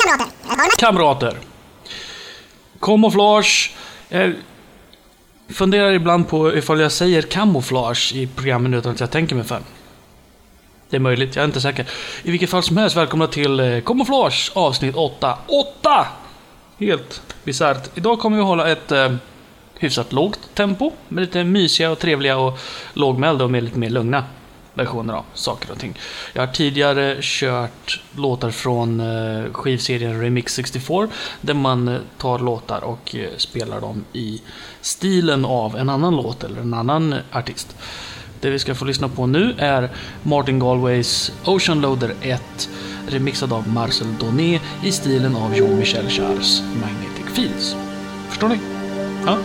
Kamrater. Camouflage. Jag funderar ibland på ifall jag säger camouflage i programmen utan att jag tänker mig för. Det är möjligt, jag är inte säker. I vilket fall som helst, välkomna till Camouflage avsnitt 8. 8! Helt bizarrt. Idag kommer vi hålla ett hyfsat lågt tempo med lite mysiga och trevliga och lågmälda och med lite mer lugna versioner av saker och ting. Jag har tidigare kört låtar från skivserien Remix 64 där man tar låtar och spelar dem i stilen av en annan låt eller en annan artist. Det vi ska få lyssna på nu är Martin Galways Ocean Loader 1 remixad av Marcel Donné i stilen av Jean-Michel Jarre's Magnetic Fields. Förstår ni? Ja.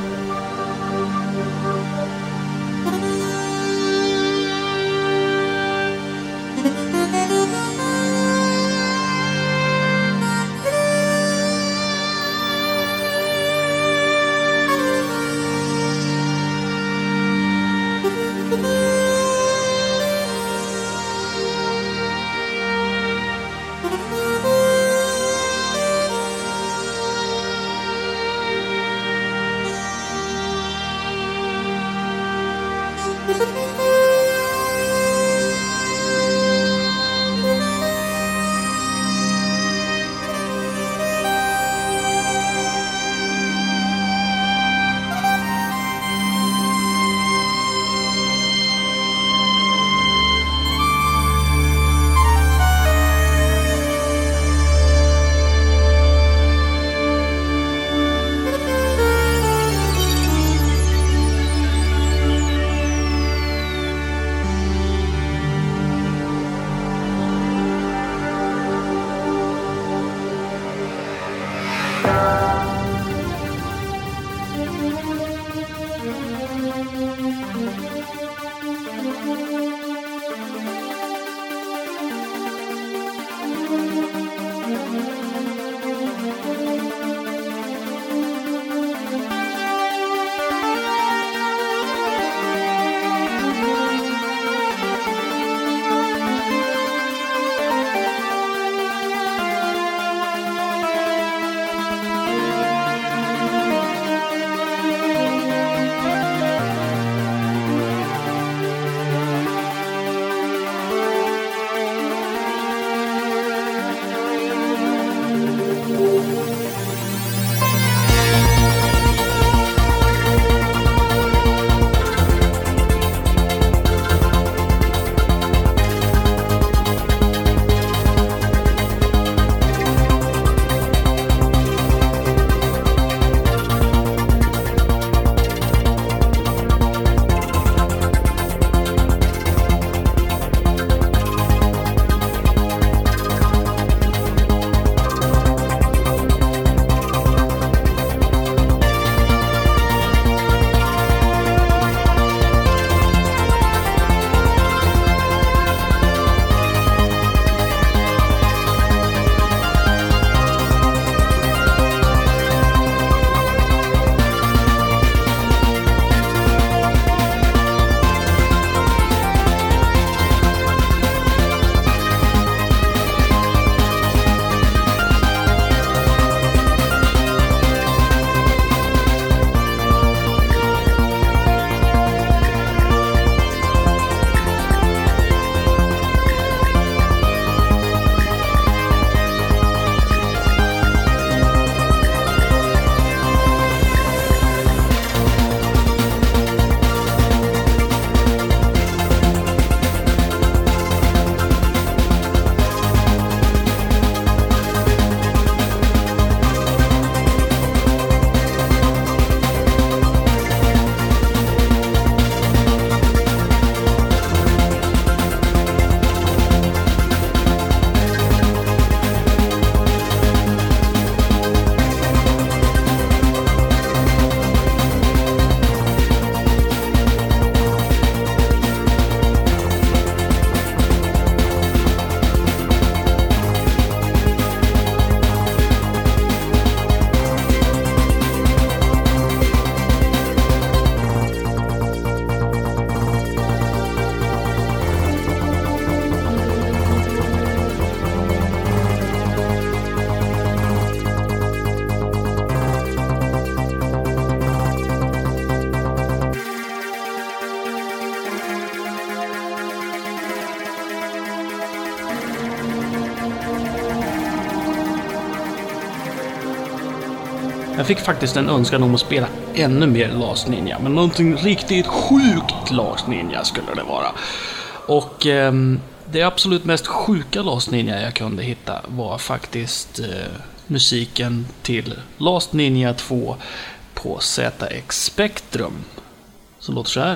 Jag fick faktiskt en önskan om att spela ännu mer Last Ninja. Men någonting riktigt sjukt Last Ninja skulle det vara. Och det absolut mest sjuka Last Ninja jag kunde hitta var faktiskt musiken till Last Ninja 2 på ZX Spectrum. Så låter så här.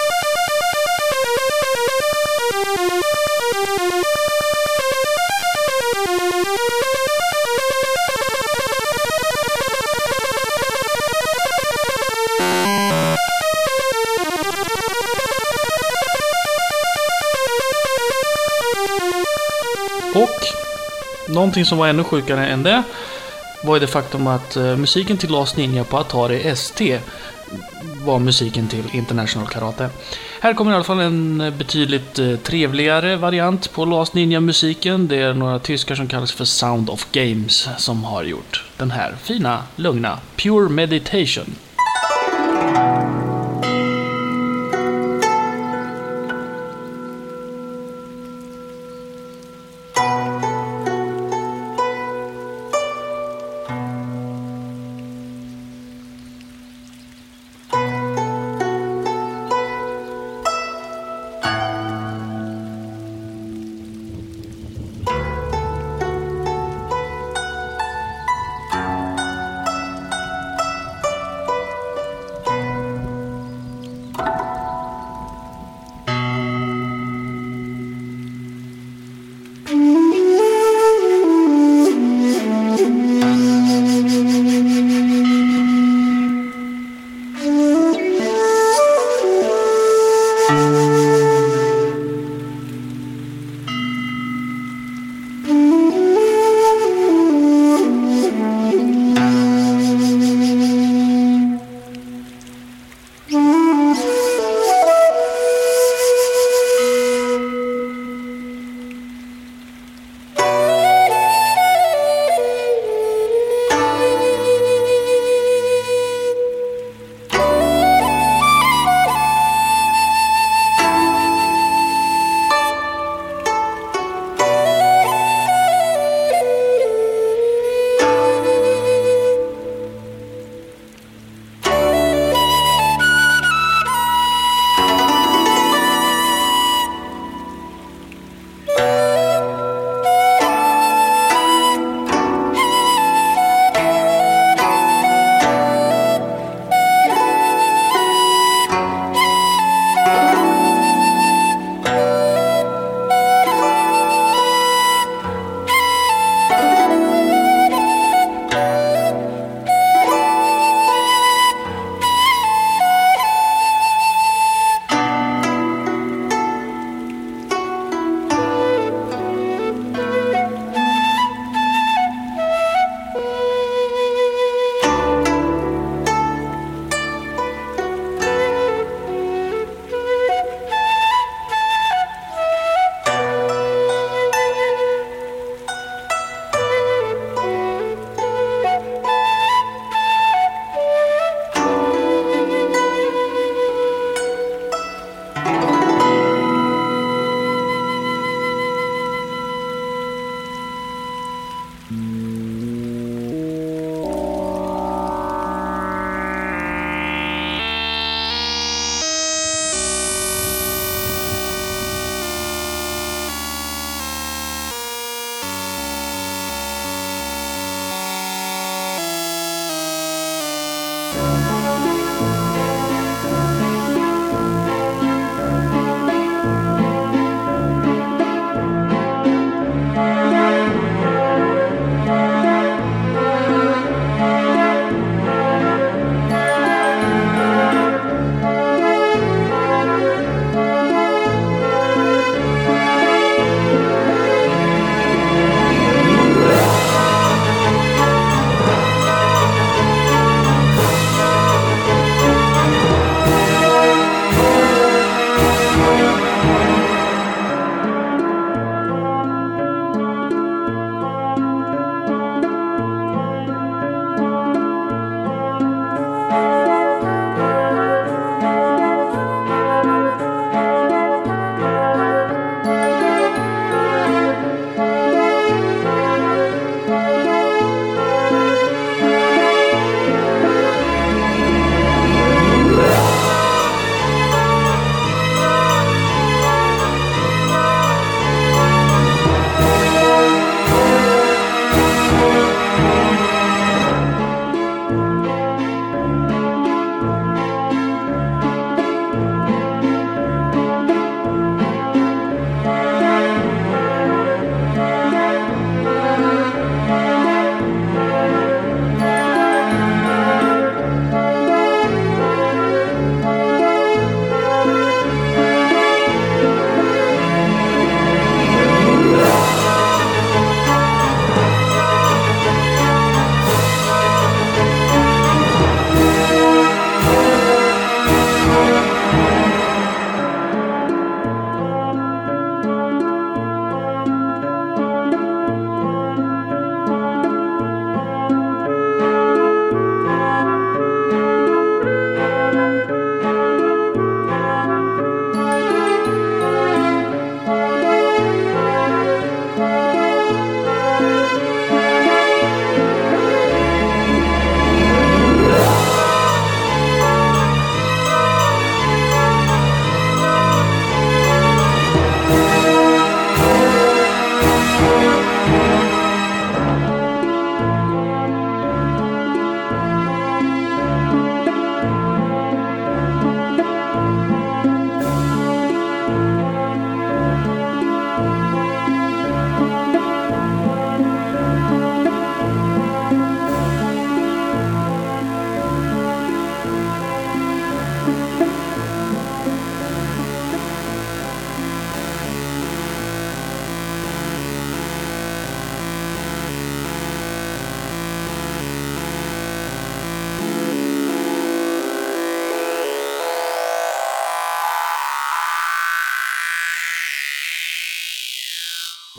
Och någonting som var ännu sjukare än det var det faktum att musiken till Last Ninja på Atari ST var musiken till International Karate. Här kommer i alla fall en betydligt trevligare variant på Last Ninja-musiken. Det är några tyskar som kallas för Sound of Games som har gjort den här fina, lugna Pure Meditation.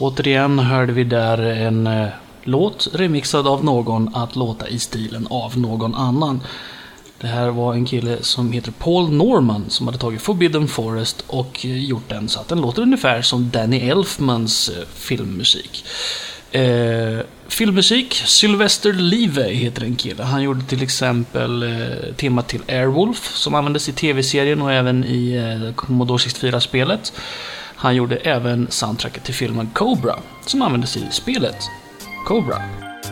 Återigen hörde vi där en låt remixad av någon att låta i stilen av någon annan. Det här var en kille som heter Paul Norman som hade tagit Forbidden Forest och gjort den så att den låter ungefär som Danny Elfmans filmmusik. Filmmusik, Sylvester Levay heter en kille. Han gjorde till exempel temat till Airwolf som användes i tv-serien och även i Commodore 64-spelet. Han gjorde även soundtracket till filmen Cobra som användes i spelet Cobra.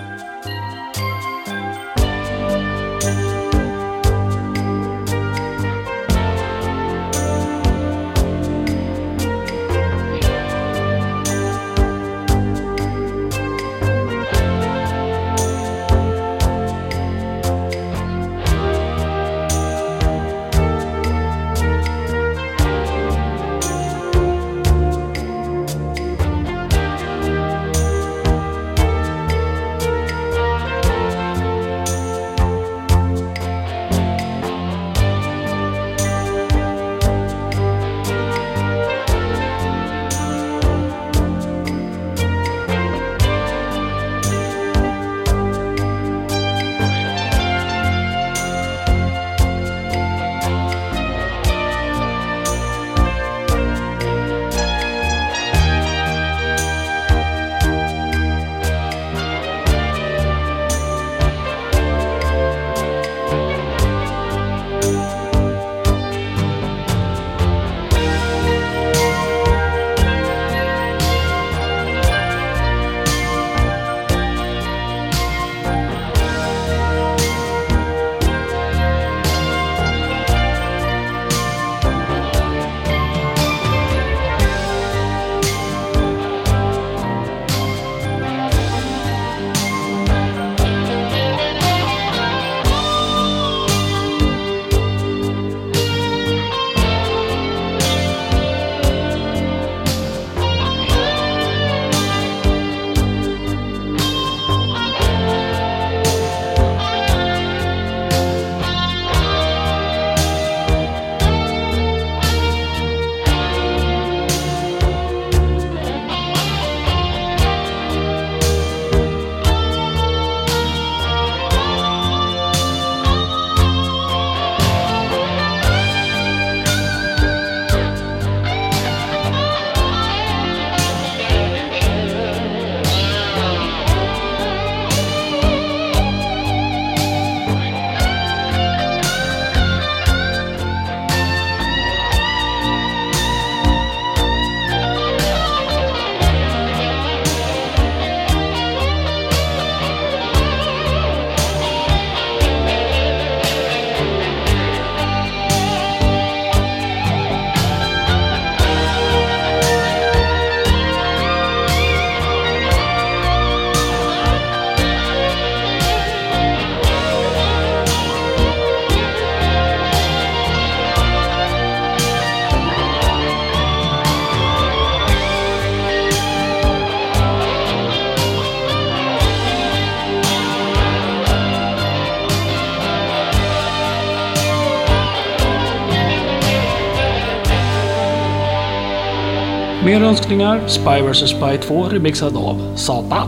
Mer önskningar, Spy vs Spy 2 remixad av Sata.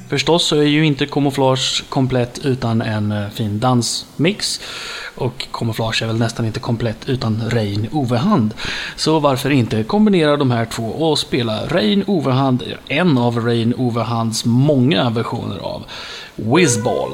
Förstås så är ju inte Camouflage komplett utan en fin dansmix. Och Camouflage är väl nästan inte komplett utan Rein Overhand. Så varför inte kombinera de här två och spela Rein Overhand, en av Rein Overhands många versioner av Whizball.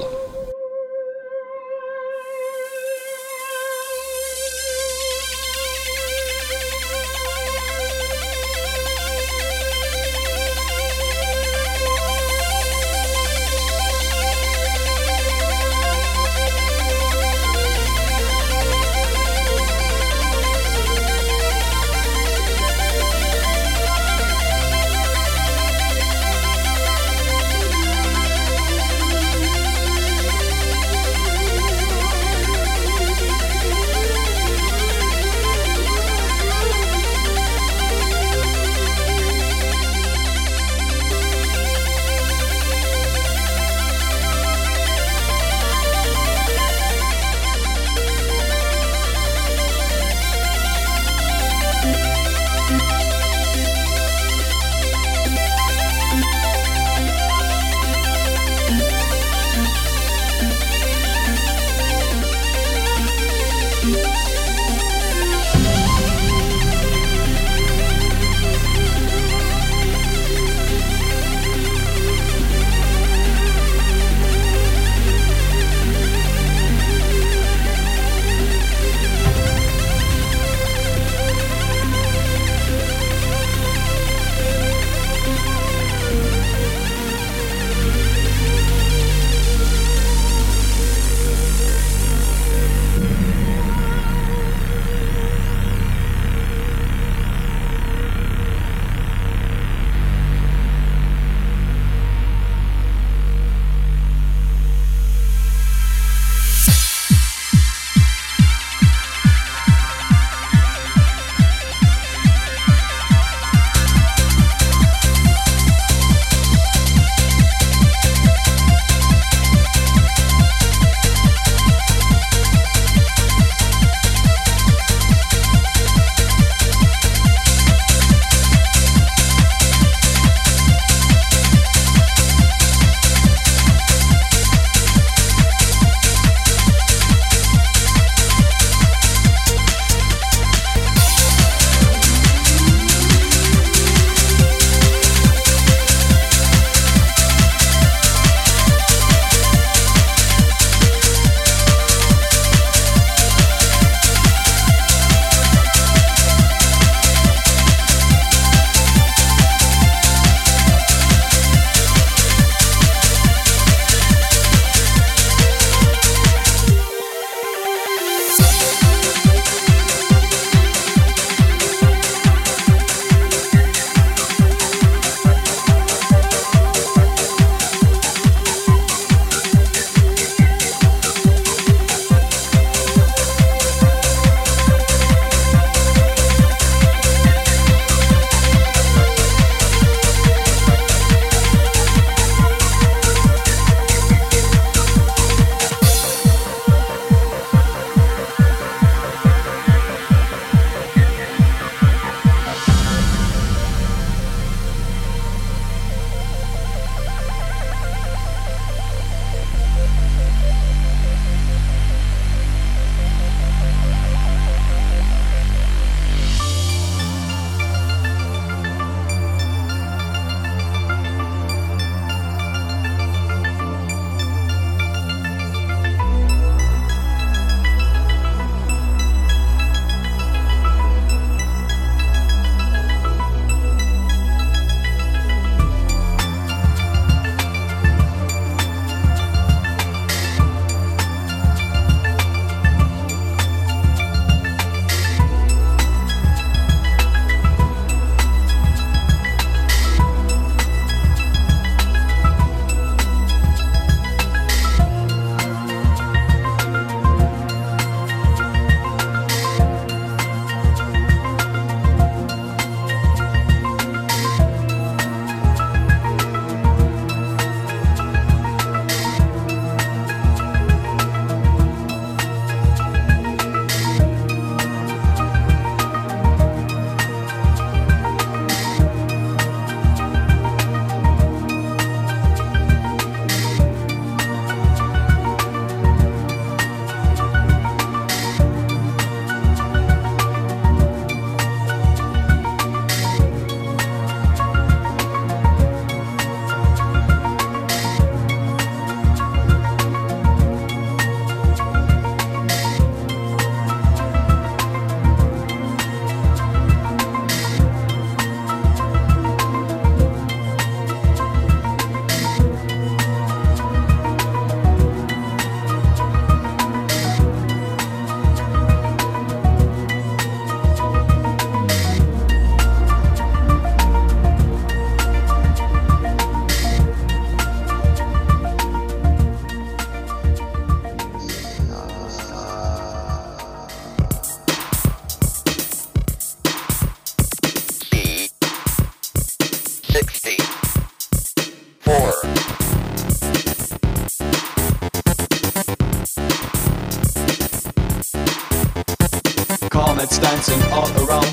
Comets dancing all around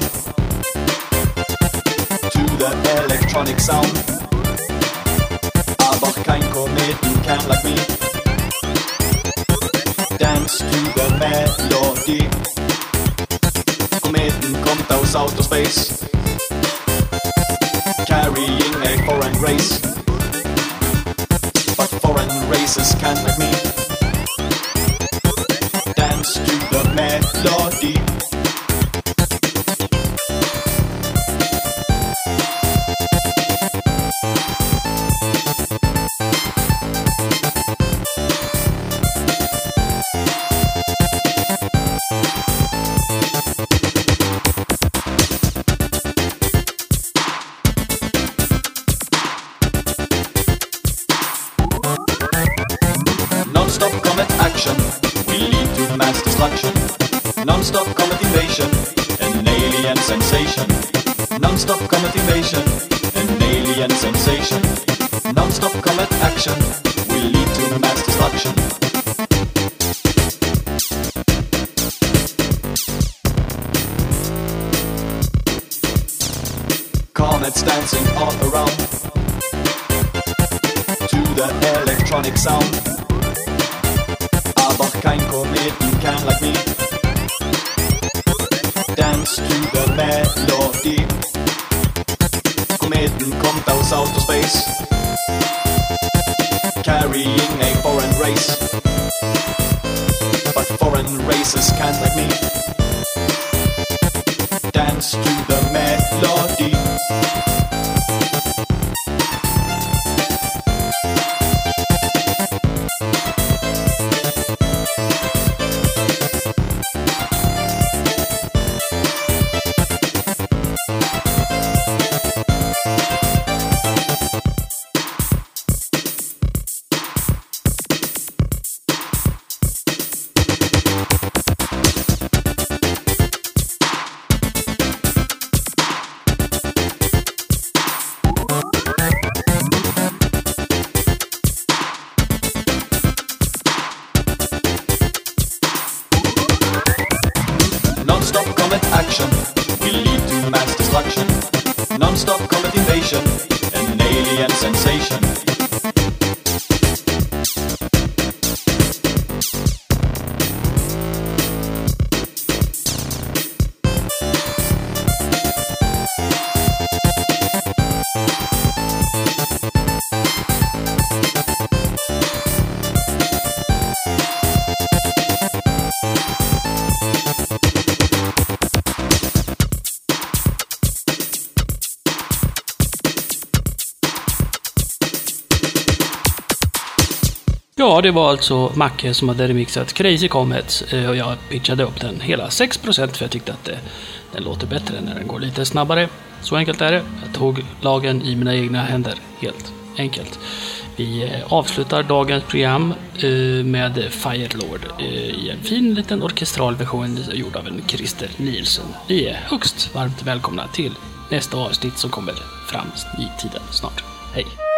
to the electronic sound. Aber kein Kometen can like me dance to the melody. Kometen kommt aus outer space, carrying a foreign race. But foreign races can't like me dance to the melody. Non-stop comet action will lead to mass destruction. Non-stop comet invasion, an alien sensation. Non-stop comet invasion, an alien sensation. Non-stop comet action will lead to mass destruction. Comets dancing all around to the electronic sound. Aber kein Kometen can like me dance to the melody. Kometen kommt aus outer space, carrying a foreign race. But foreign races can't like me dance to the melody. Non-stop comet action will lead to mass destruction. Non-stop comet invasion, an alien sensation. Ja, det var alltså Macke som hade remixat Crazy Comets och jag pitchade upp den hela 6% för jag tyckte att den låter bättre när den går lite snabbare. Så enkelt är det. Jag tog lagen i mina egna händer, helt enkelt. Vi avslutar dagens program med Firelord i en fin liten orkestral version gjord av en Christer Nielsen. Ni är högst varmt välkomna till nästa avsnitt som kommer fram i tiden snart. Hej!